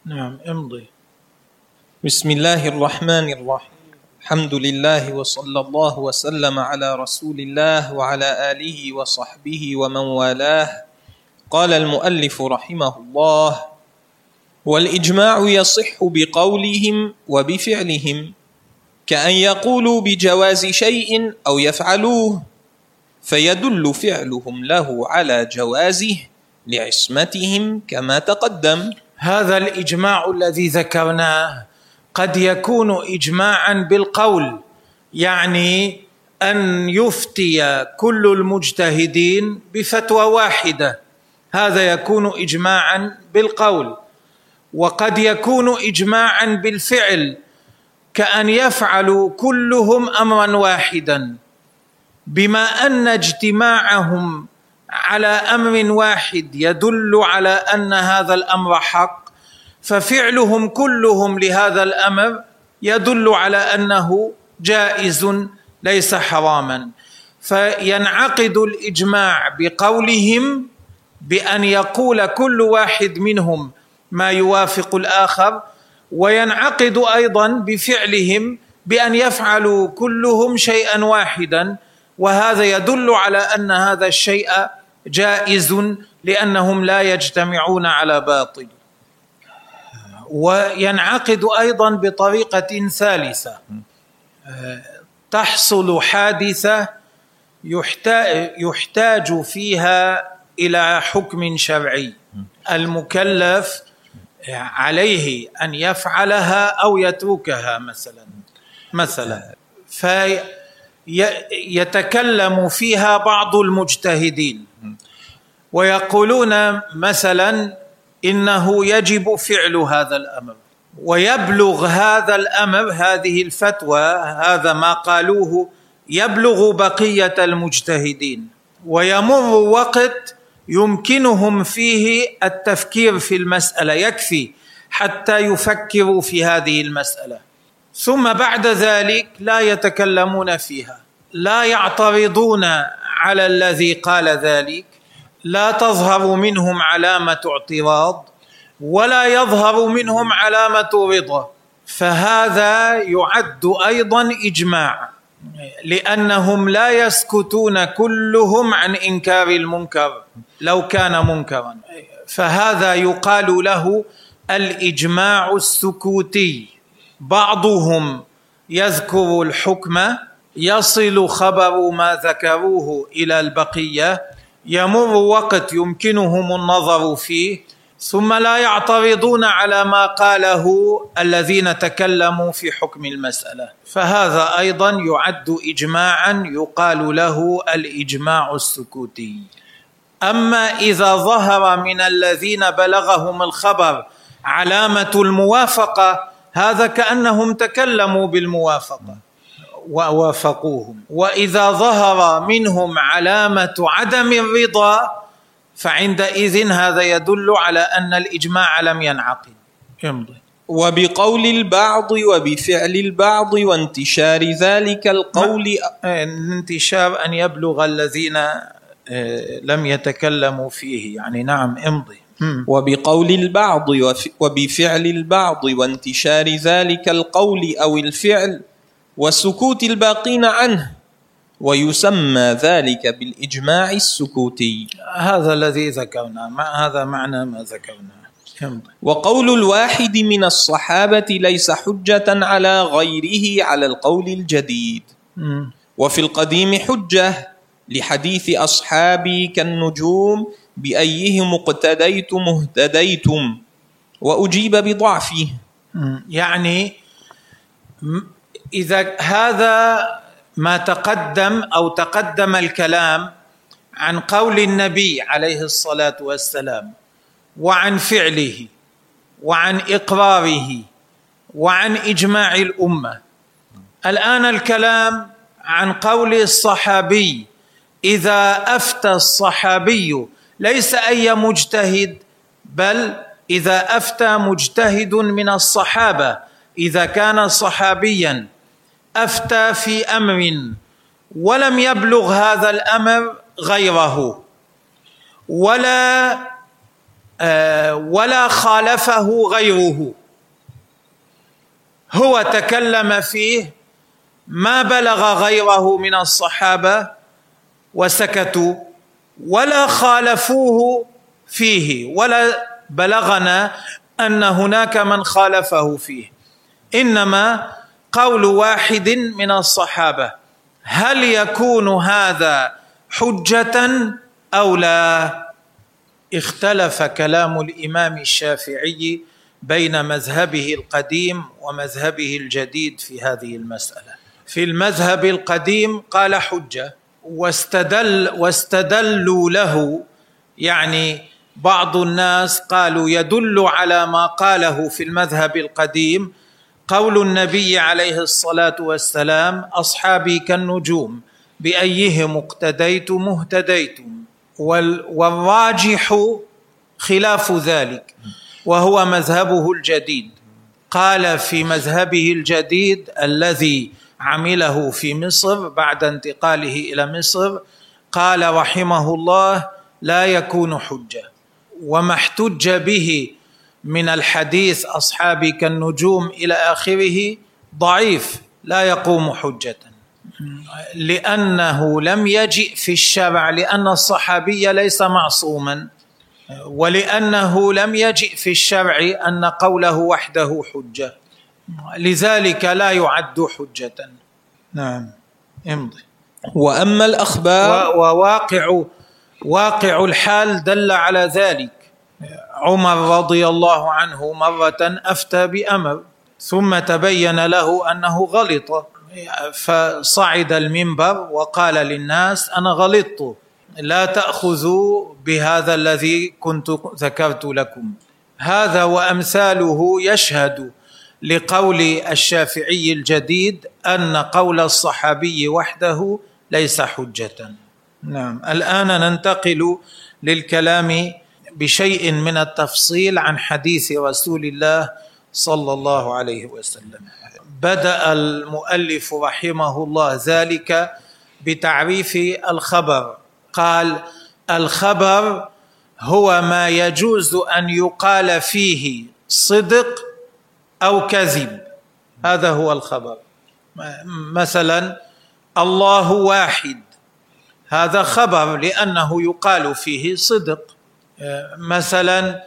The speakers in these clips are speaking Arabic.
نعم امضي. بسم الله الرحمن الرحيم. الحمد لله وصلى الله وسلم على رسول الله وعلى آله وصحبه ومن والاه. قال المؤلف رحمه الله: والإجماع يصح بقولهم وبفعلهم، كأن يقولوا بجواز شيء أو يفعلوه فيدل فعلهم له على جوازه لعصمتهم كما تقدم. هذا الإجماع الذي ذكرناه قد يكون إجماعا بالقول، يعني أن يفتي كل المجتهدين بفتوى واحدة، هذا يكون إجماعا بالقول. وقد يكون إجماعا بالفعل، كأن يفعلوا كلهم أمرا واحدا، بما أن اجتماعهم على أمر واحد يدل على أن هذا الأمر حق، ففعلهم كلهم لهذا الأمر يدل على أنه جائز ليس حراما. فينعقد الإجماع بقولهم بأن يقول كل واحد منهم ما يوافق الآخر، وينعقد أيضا بفعلهم بأن يفعلوا كلهم شيئا واحدا، وهذا يدل على أن هذا الشيء جائز لأنهم لا يجتمعون على باطل. وينعقد أيضا بطريقة ثالثة، تحصل حادثة يحتاج فيها إلى حكم شرعي، المكلف عليه أن يفعلها أو يتركها مثلا فيتكلم فيها بعض المجتهدين ويقولون مثلا إنه يجب فعل هذا الأمر، ويبلغ هذا الأمر، هذه الفتوى، هذا ما قالوه يبلغ بقية المجتهدين، ويمر وقت يمكنهم فيه التفكير في المسألة، يكفي حتى يفكروا في هذه المسألة، ثم بعد ذلك لا يتكلمون فيها، لا يعترضون على الذي قال ذلك، لا تظهر منهم علامة اعتراض ولا يظهر منهم علامة رضا، فهذا يعد أيضا إجماع، لأنهم لا يسكتون كلهم عن إنكار المنكر لو كان منكرا، فهذا يقال له الإجماع السكوتي. بعضهم يذكر الحكم، يصل خبر ما ذكروه إلى البقية، يمر وقت يمكنهم النظر فيه، ثم لا يعترضون على ما قاله الذين تكلموا في حكم المسألة، فهذا أيضا يعد إجماعا يقال له الإجماع السكوتي. أما إذا ظهر من الذين بلغهم الخبر علامة الموافقة، هذا كأنهم تكلموا بالموافقة ووافقوهم، وإذا ظهر منهم علامة عدم الرضا فعندئذ هذا يدل على أن الإجماع لم ينعقد. يمضي. وبقول البعض وبفعل البعض وانتشار ذلك القول، انتشار أن يبلغ الذين لم يتكلموا فيه، يعني نعم امضي. وبقول البعض وبفعل البعض وانتشار ذلك القول أو الفعل وسكوت الباقين عنه، ويسمى ذلك بالإجماع السكوتي. هذا الذي ذكرنا، هذا معنى ما ذكرنا. وقول الواحد من الصحابة ليس حجة على غيره على القول الجديد. وفي القديم حجة لحديث أصحابي كالنجوم بأيهم اقتديتم اهتديتم، وأجيب بضعفه. يعني إذا هذا ما تقدم أو تقدم الكلام عن قول النبي عليه الصلاة والسلام وعن فعله وعن إقراره وعن إجماع الأمة، الآن الكلام عن قول الصحابي. إذا أفتى الصحابي ليس أي مجتهد، بل إذا أفتى مجتهد من الصحابة، إذا كان صحابيا أفتى في أمر ولم يبلغ هذا الأمر غيره، ولا ولا خالفه غيره، هو تكلم فيه ما بلغ غيره من الصحابة وسكتوا، ولا خالفوه فيه، ولا بلغنا أن هناك من خالفه فيه، إنما قول واحد من الصحابة. هل يكون هذا حجة أو لا؟ اختلف كلام الإمام الشافعي بين مذهبه القديم ومذهبه الجديد في هذه المسألة. في المذهب القديم قال حجة، واستدلوا له، يعني بعض الناس قالوا يدل على ما قاله في المذهب القديم قول النبي عليه الصلاة والسلام: أصحابي كالنجوم بأيهم اقتديتم اهتديتم. والراجح خلاف ذلك، وهو مذهبه الجديد. قال في مذهبه الجديد الذي عمله في مصر بعد انتقاله إلى مصر، قال رحمه الله: لا يكون حجة، وما احتج به من الحديث أصحابي كالنجوم إلى آخره ضعيف، لا يقوم حجة، لأنه لم يجئ في الشرع، لأن الصحابي ليس معصوما، ولأنه لم يجئ في الشرع أن قوله وحده حجة، لذلك لا يعد حجة. نعم، امضي. وأما الأخبار، واقع الحال دل على ذلك. عمر رضي الله عنه مرة أفتى بأمر، ثم تبين له أنه غلط، فصعد المنبر وقال للناس: أنا غلطت، لا تأخذوا بهذا الذي كنت ذكرت لكم. هذا وأمثاله يشهد لقول الشافعي الجديد أن قول الصحابي وحده ليس حجة. نعم، الآن ننتقل للكلام بشيء من التفصيل عن حديث رسول الله صلى الله عليه وسلم. بدأ المؤلف رحمه الله ذلك بتعريف الخبر. قال: الخبر هو ما يجوز أن يقال فيه صدق أو كذب، هذا هو الخبر. مثلا: الله واحد، هذا خبر لأنه يقال فيه صدق. مثلا: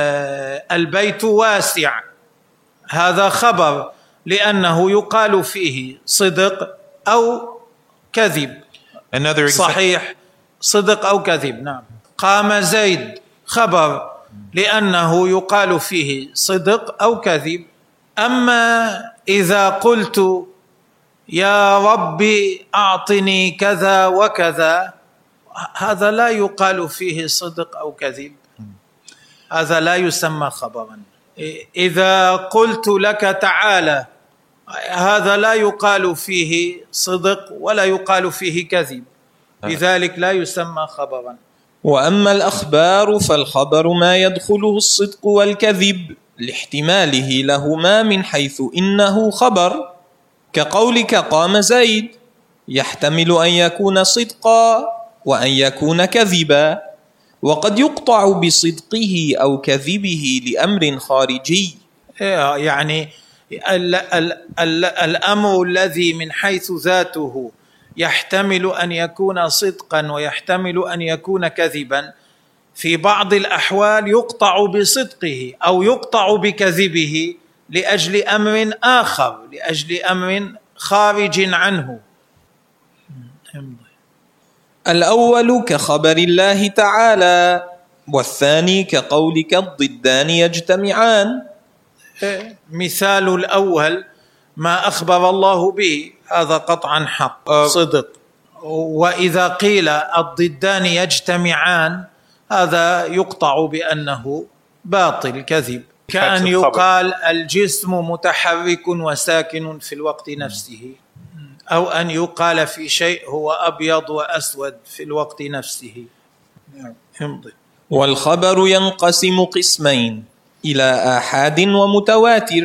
البيت واسع، هذا خبر لأنه يقال فيه صدق أو كذب. صحيح، صدق أو كذب. نعم. قام زيد، خبر لأنه يقال فيه صدق أو كذب. أما إذا قلت: يا ربي أعطني كذا وكذا، هذا لا يقال فيه صدق أو كذب، هذا لا يسمى خبرا. إذا قلت لك تعالى، هذا لا يقال فيه صدق ولا يقال فيه كذب، لذلك لا يسمى خبرا. وأما الأخبار فالخبر ما يدخله الصدق والكذب لاحتماله لهما من حيث إنه خبر، كقولك قام زيد، يحتمل أن يكون صدقا وأن يكون كذبا، وقد يقطع بصدقه أو كذبه لأمر خارجي. يعني الأمر الذي من حيث ذاته يحتمل أن يكون صدقا ويحتمل أن يكون كذبا، في بعض الأحوال يقطع بصدقه أو يقطع بكذبه لأجل أمر آخر، لأجل أمر خارج عنه. الأول كخبر الله تعالى، والثاني كقولك الضدان يجتمعان. مثال الأول ما أخبر الله به، هذا قطعا حق صدق. وإذا قيل الضدان يجتمعان، هذا يقطع بأنه باطل كذب، كأن يقال الجسم متحرك وساكن في الوقت نفسه، أو أن يقال في شيء هو أبيض وأسود في الوقت نفسه. والخبر ينقسم قسمين: إلى آحاد ومتواتر.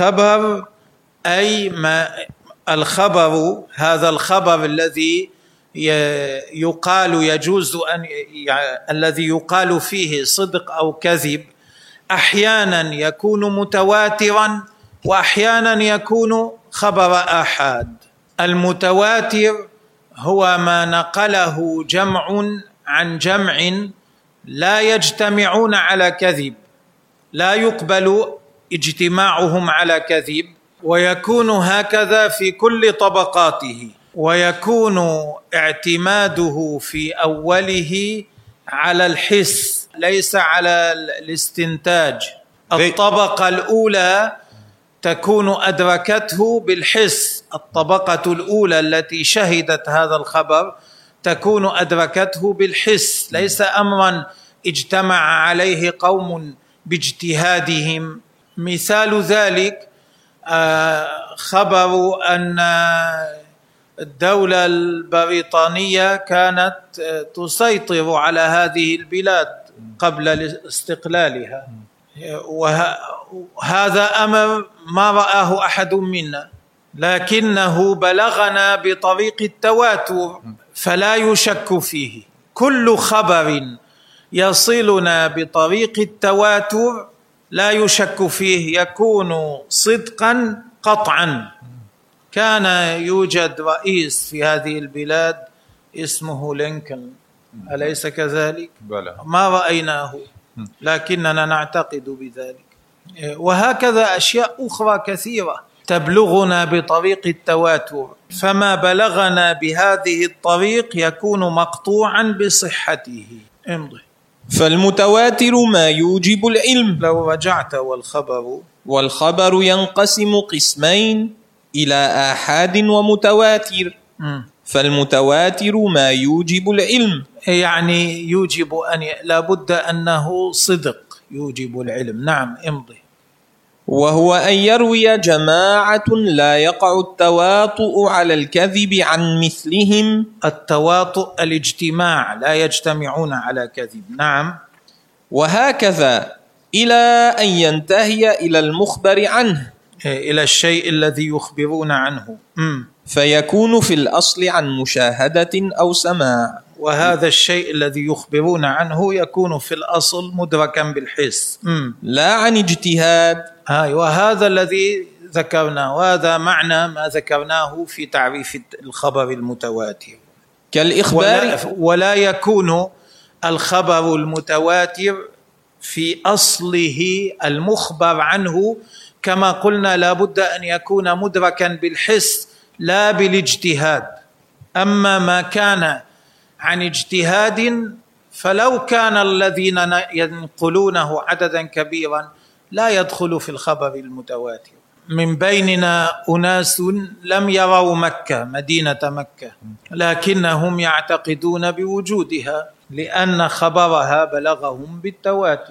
والخبر أي ما الخبر، هذا الخبر الذي يقال يجوز الذي يقال فيه صدق أو كذب أحيانا يكون متواترا وأحيانا يكون خبر آحاد. المتواتر هو ما نقله جمع عن جمع لا يجتمعون على كذب، لا يقبل اجتماعهم على كذب، ويكون هكذا في كل طبقاته، ويكون اعتماده في أوله على الحس ليس على الاستنتاج. الطبقة الأولى تكون أدركته بالحس، الطبقة الأولى التي شهدت هذا الخبر تكون أدركته بالحس، ليس أمرا اجتمع عليه قوم باجتهادهم. مثال ذلك خبر أن الدولة البريطانية كانت تسيطر على هذه البلاد قبل استقلالها، وهذا أمر ما رآه أحد منا، لكنه بلغنا بطريق التواتر فلا يشك فيه. كل خبر يصلنا بطريق التواتر لا يشك فيه يكون صدقا قطعا. كان يوجد رئيس في هذه البلاد اسمه لينكولن، أليس كذلك؟ بلى. ما رأيناه لكننا نعتقد بذلك. وهكذا أشياء أخرى كثيرة تبلغنا بطريق التواتر، فما بلغنا بهذه الطريق يكون مقطوعا بصحته. امضي. فالمتواتر ما يوجب العلم. لو رجعت والخبر ينقسم قسمين إلى آحاد ومتواتر. فالمتواتر ما يوجب العلم، يعني يوجب أن لابد أنه صدق يوجب العلم. نعم امضي. وهو أن يروي جماعة لا يقع التواطؤ على الكذب عن مثلهم. التواطؤ الاجتماع، لا يجتمعون على كذب. نعم. وهكذا إلى أن ينتهي إلى المخبر عنه، إلى الشيء الذي يخبرون عنه، فيكون في الأصل عن مشاهدة أو سماع. وهذا الشيء الذي يخبرون عنه يكون في الأصل مدركا بالحس لا عن اجتهاد. وهذا الذي ذكرناه، وهذا معنى ما ذكرناه في تعريف الخبر المتواتر كالإخبار. ولا يكون الخبر المتواتر في أصله المخبر عنه كما قلنا لابد أن يكون مدركا بالحس لا بالاجتهاد. أما ما كان عن اجتهاد فلو كان الذين ينقلونه عددا كبيرا لا يدخل في الخبر المتواتر. من بيننا أناس لم يروا مكة، مدينة مكة، لكنهم يعتقدون بوجودها لأن خبرها بلغهم بالتواتر.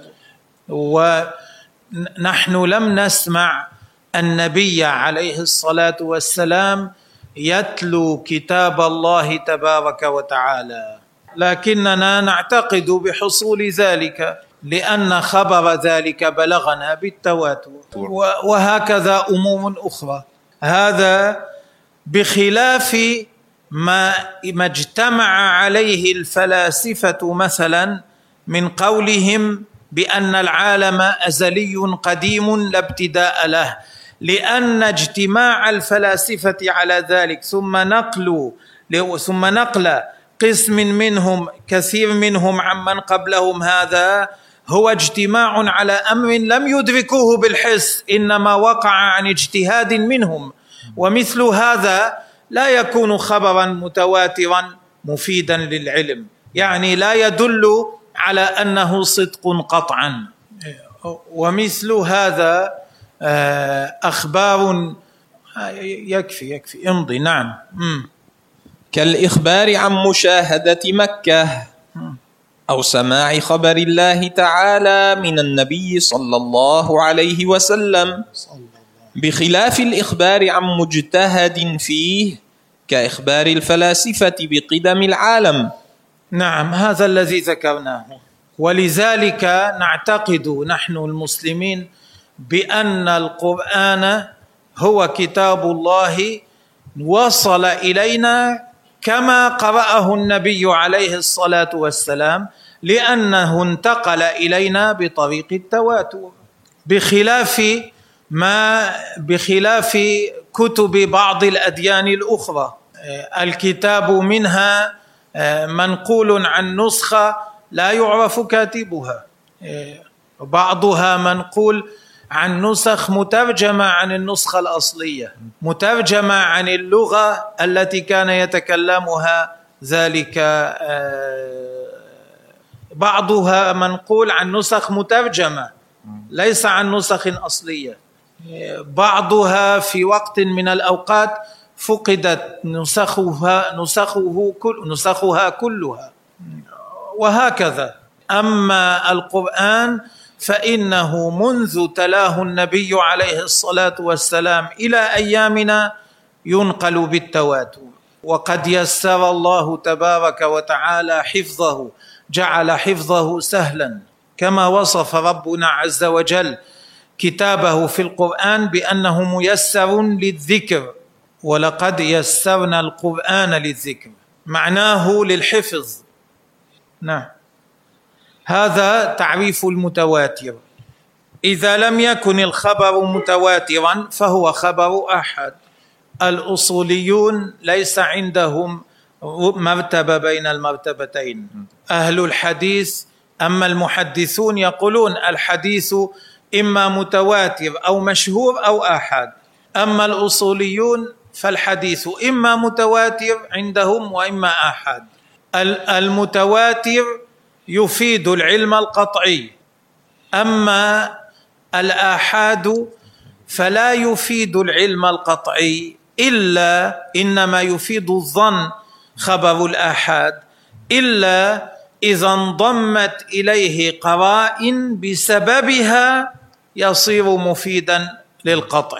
ونحن لم نسمع النبي عليه الصلاة والسلام يتلو كتاب الله تبارك وتعالى، لكننا نعتقد بحصول ذلك لأن خبر ذلك بلغنا بالتواتر. وهكذا أمور أخرى. هذا بخلاف ما اجتمع عليه الفلاسفة مثلا من قولهم بأن العالم أزلي قديم لا ابتداء له، لأن اجتماع الفلاسفة على ذلك ثم نقل قسم منهم كثير منهم عمن قبلهم، هذا هو اجتماع على أمر لم يدركوه بالحس، إنما وقع عن اجتهاد منهم. ومثل هذا لا يكون خبرا متواترا مفيدا للعلم، يعني لا يدل على أنه صدق قطعا. ومثل هذا أخبار يكفي امضي. نعم. كالإخبار عن مشاهدة مكة أو سماع خبر الله تعالى من النبي صلى الله عليه وسلم، بخلاف الإخبار عن مجتهد فيه كإخبار الفلاسفة بقدم العالم. نعم، هذا الذي ذكرناه. ولذلك نعتقد نحن المسلمين بأن القرآن هو كتاب الله وصل إلينا كما قرأه النبي عليه الصلاة والسلام، لأنه انتقل إلينا بطريق التواتر، بخلاف كتب بعض الأديان الأخرى. الكتاب منها منقول عن نسخة لا يعرف كاتبها، بعضها منقول عن نسخ مترجمة عن النسخة الأصلية، مترجمة عن اللغة التي كان يتكلمها ذلك، بعضها منقول عن نسخ مترجمة ليس عن نسخ أصلية، بعضها في وقت من الأوقات فقدت نسخها كلها، وهكذا. أما القرآن فإنه منذ تلاه النبي عليه الصلاة والسلام إلى أيامنا ينقل بالتواتر، وقد يسر الله تبارك وتعالى حفظه، جعل حفظه سهلا، كما وصف ربنا عز وجل كتابه في القرآن بأنه ميسر للذكر، ولقد يسرنا القرآن للذكر، معناه للحفظ. نعم، هذا تعريف المتواتر. إذا لم يكن الخبر متواترا فهو خبر أحد. الأصوليون ليس عندهم مرتبة بين المرتبتين. أهل الحديث أما المحدثون يقولون الحديث إما متواتر أو مشهور أو آحاد. أما الأصوليون فالحديث إما متواتر عندهم وإما آحاد. المتواتر يفيد العلم القطعي، أما الآحاد فلا يفيد العلم القطعي، إنما يفيد الظن خبر الآحاد، إلا إذا انضمت إليه قرائن بسببها يصير مفيدا للقطع.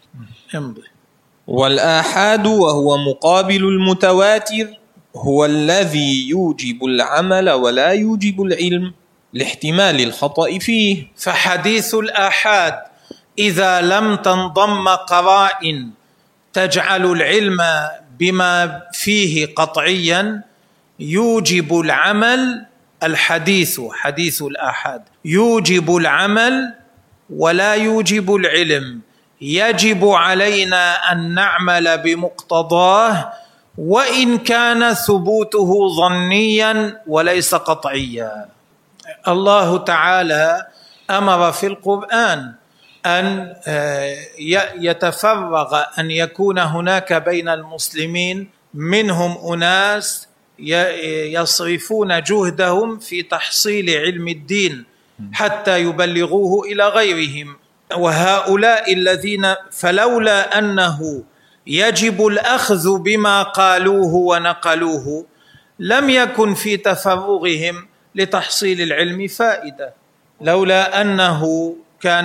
والآحاد وهو مقابل المتواتر هو الذي يوجب العمل ولا يوجب العلم لاحتمال الخطأ فيه. فحديث الآحاد إذا لم تنضم قرائن تجعل العلم بما فيه قطعيا يوجب العمل. حديث الآحاد يوجب العمل ولا يوجب العلم، يجب علينا أن نعمل بمقتضاه وإن كان ثبوته ظنيا وليس قطعيا. الله تعالى أمر في القرآن أن يتفرغ، أن يكون هناك بين المسلمين منهم أناس يصرفون جهدهم في تحصيل علم الدين حتى يبلغوه إلى غيرهم، وهؤلاء الذين فلولا أنه يجب الأخذ بما قالوه ونقلوه لم يكن في تفرغهم لتحصيل العلم فائدة. لولا أنه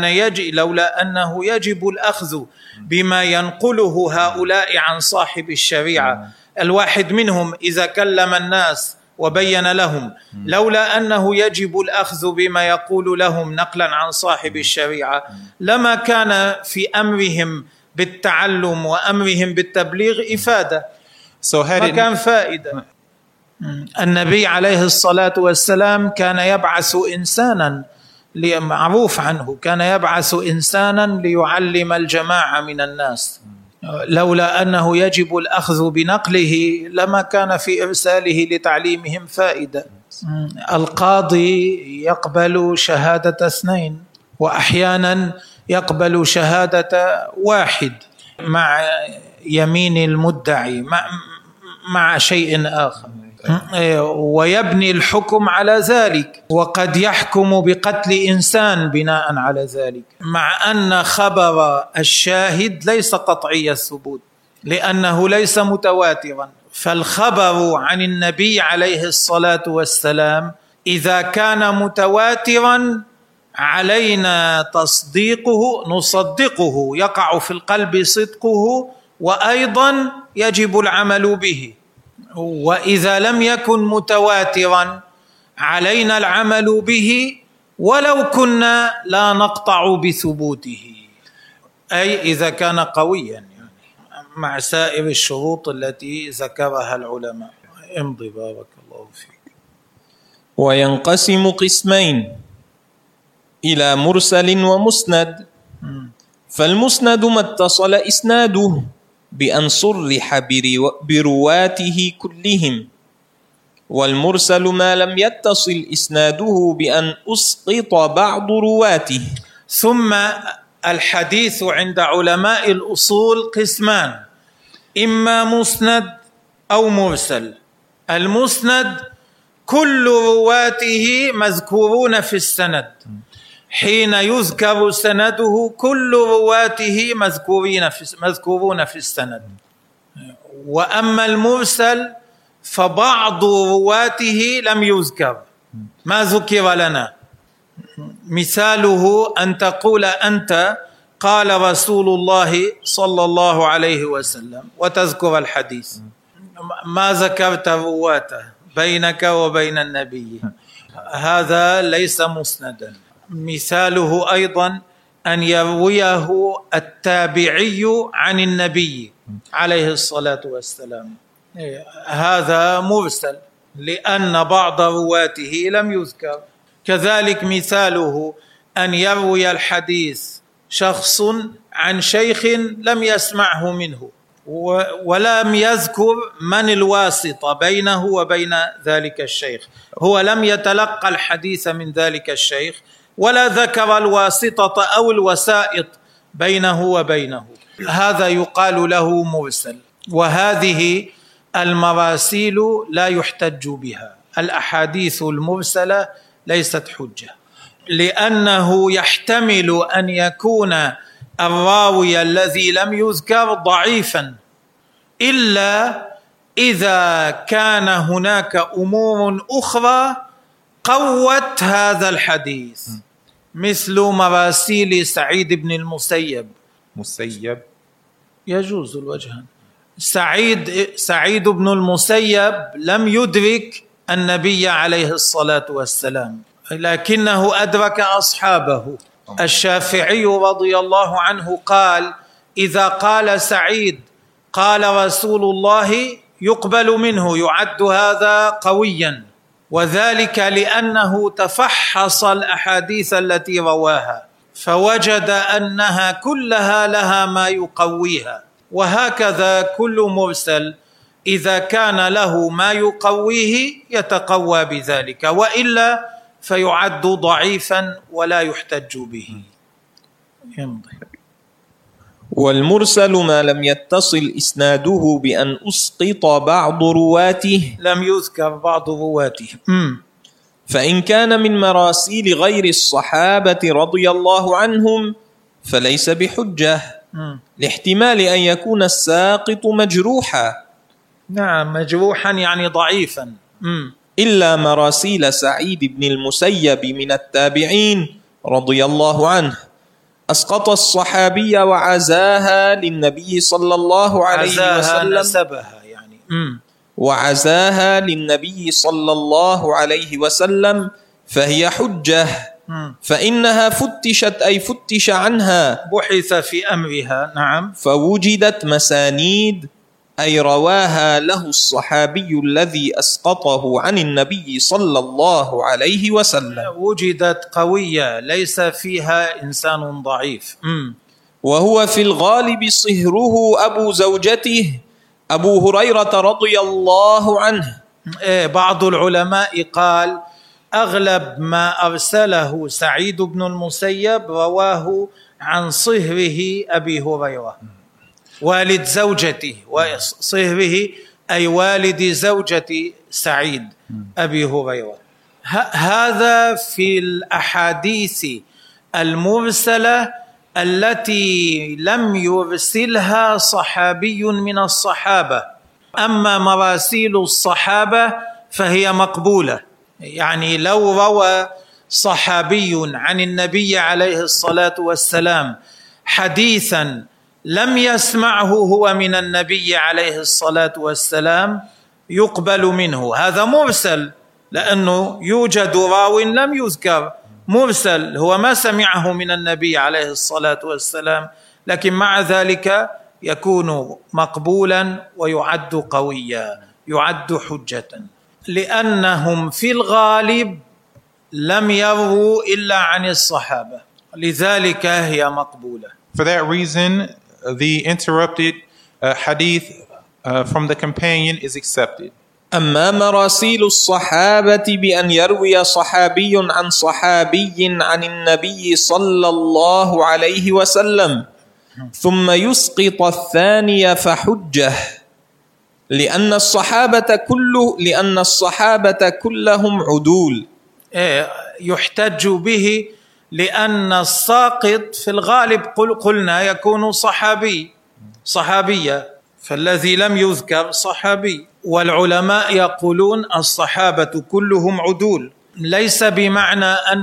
يجب الأخذ بما ينقله هؤلاء عن صاحب الشريعة. الواحد منهم إذا كلم الناس وبين لهم، لولا أنه يجب الأخذ بما يقول لهم نقلا عن صاحب الشريعة لما كان في أمرهم بالتعلم وأمرهم بالتبليغ إفادة، ما كان فائدة. النبي عليه الصلاة والسلام كان يبعث إنسانا، معروف عنه كان يبعث إنسانا ليعلم الجماعة من الناس، لولا أنه يجب الأخذ بنقله لما كان في إرساله لتعليمهم فائدة. القاضي يقبل شهادة 2 وأحيانا يقبل شهادة 1 مع يمين المدعي مع شيء آخر، ويبني الحكم على ذلك، وقد يحكم بقتل إنسان بناء على ذلك، مع أن خبر الشاهد ليس قطعي الثبوت لأنه ليس متواترا. فالخبر عن النبي عليه الصلاة والسلام إذا كان متواترا علينا تصديقه، نصدقه، يقع في القلب صدقه، وأيضا يجب العمل به. وإذا لم يكن متواترا علينا العمل به ولو كنا لا نقطع بثبوته، أي إذا كان قويا. مع سائر الشروط التي ذكرها العلماء. امضي بارك الله فيك. وينقسم قسمين إلى مرسل ومسند. فالمسند ما اتصل إسناده بأن صرح برواته كلهم، والمرسل ما لم يتصل إسناده بأن أسقط بعض رواته. ثم الحديث عند علماء الأصول قسمان: إما مسند أو مرسل. المسند كل رواته مذكورون في السند، حين يذكر سنده كل رواته مذكورون في السند. وأما المرسل فبعض رواته لم يذكر، ما ذكر لنا. مثاله أن تقول أنت قال رسول الله صلى الله عليه وسلم وتذكر الحديث، ما ذكرت رواته بينك وبين النبي، هذا ليس مسندا. مثاله أيضا أن يرويه التابعي عن النبي عليه الصلاة والسلام، هذا مرسل لأن بعض رواته لم يذكر. كذلك مثاله أن يروي الحديث شخص عن شيخ لم يسمعه منه ولم يذكر من الواسطة بينه وبين ذلك الشيخ، هو لم يتلقى الحديث من ذلك الشيخ ولا ذكر الواسطة أو الوسائط بينه وبينه، هذا يقال له مرسل. وهذه المراسيل لا يحتج بها، الأحاديث المرسلة ليست حجة، لأنه يحتمل أن يكون الراوي الذي لم يذكر ضعيفا، إلا إذا كان هناك أمور أخرى قوت هذا الحديث، مثل مراسيل سعيد بن المسيب. مسيب يجوز الوجهان. سعيد بن المسيب لم يدرك النبي عليه الصلاة والسلام، لكنه أدرك أصحابه. الشافعي رضي الله عنه قال: إذا قال سعيد قال رسول الله يقبل منه، يعد هذا قويا، وذلك لأنه تفحص الأحاديث التي رواها فوجد أنها كلها لها ما يقويها. وهكذا كل مرسل إذا كان له ما يقويه يتقوى بذلك، وإلا فيعد ضعيفا ولا يحتج به. يمضي. والمرسل ما لم يتصل إسناده بأن أسقط بعض رواته، لم يذكر بعض رواته. فإن كان من مراسيل غير الصحابة رضي الله عنهم فليس بحجة، لاحتمال أن يكون الساقط مجروحا. نعم، مجروحا يعني ضعيفا. إلا مراسيل سعيد بن المسيب من التابعين رضي الله عنه أسقط الصحابي وعزاها للنبي صلى الله عليه وسلم، نسبها يعني. وعزاها للنبي صلى الله عليه وسلم، فهي حجة، فإنها فتشت أي فتش عنها، بحث في أمرها. نعم. فوجدت مسانيد أي رواها له الصحابي الذي أسقطه عن النبي صلى الله عليه وسلم، وجدت قوية ليس فيها إنسان ضعيف. وهو في الغالب صهره أبو زوجته أبو هريرة رضي الله عنه. بعض العلماء قال أغلب ما أرسله سعيد بن المسيب رواه عن صهره أبي هريرة والد زوجته، وصهره أي والد زوجة سعيد أبي هريرة. هذا في الأحاديث المرسلة التي لم يرسلها صحابي من الصحابة. أما مراسيل الصحابة فهي مقبولة، يعني لو روى صحابي عن النبي عليه الصلاة والسلام حديثا لم يسمعه هو من النبي عليه الصلاة والسلام يقبل منه، هذا مرسل، لأنه يوجد راو لم يذكر، مرسل هو ما سمعه من النبي عليه الصلاة والسلام، لكن مع ذلك يكون مقبولا ويعد قويا، يعد حجة، لأنهم في الغالب لم يروا إلا عن الصحابة، لذلك هي مقبولة. For that reason, the interrupted hadith from the companion is accepted. أما مراسيل الصحابة بأن يروي صحابي عن صحابي عن النبي صلى الله عليه وسلم ثم يسقط الثاني فحجة، لأن الصحابة كلهم عدول. يحتج به لأن الساقط في الغالب قلنا يكون صحابية، فالذي لم يذكر صحابي، والعلماء يقولون الصحابة كلهم عدول، ليس بمعنى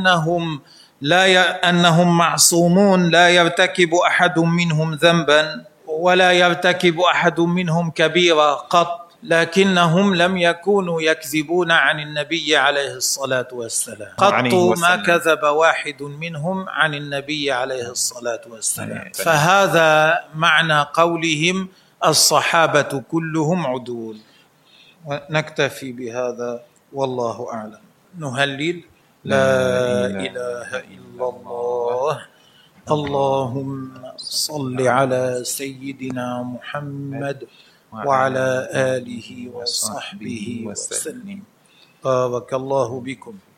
أنهم معصومون لا يرتكب أحد منهم ذنبا ولا يرتكب أحد منهم كبيرة قط، لكنهم لم يكونوا يكذبون عن النبي عليه الصلاة والسلام، قط ما كذب واحد منهم عن النبي عليه الصلاة والسلام. فهذا معنى قولهم الصحابة كلهم عدول. ونكتفي بهذا والله أعلم. نهلل لا إله إلا الله. اللهم صل على سيدنا محمد وعلى آله وصحبه وسلم. بارك الله بكم.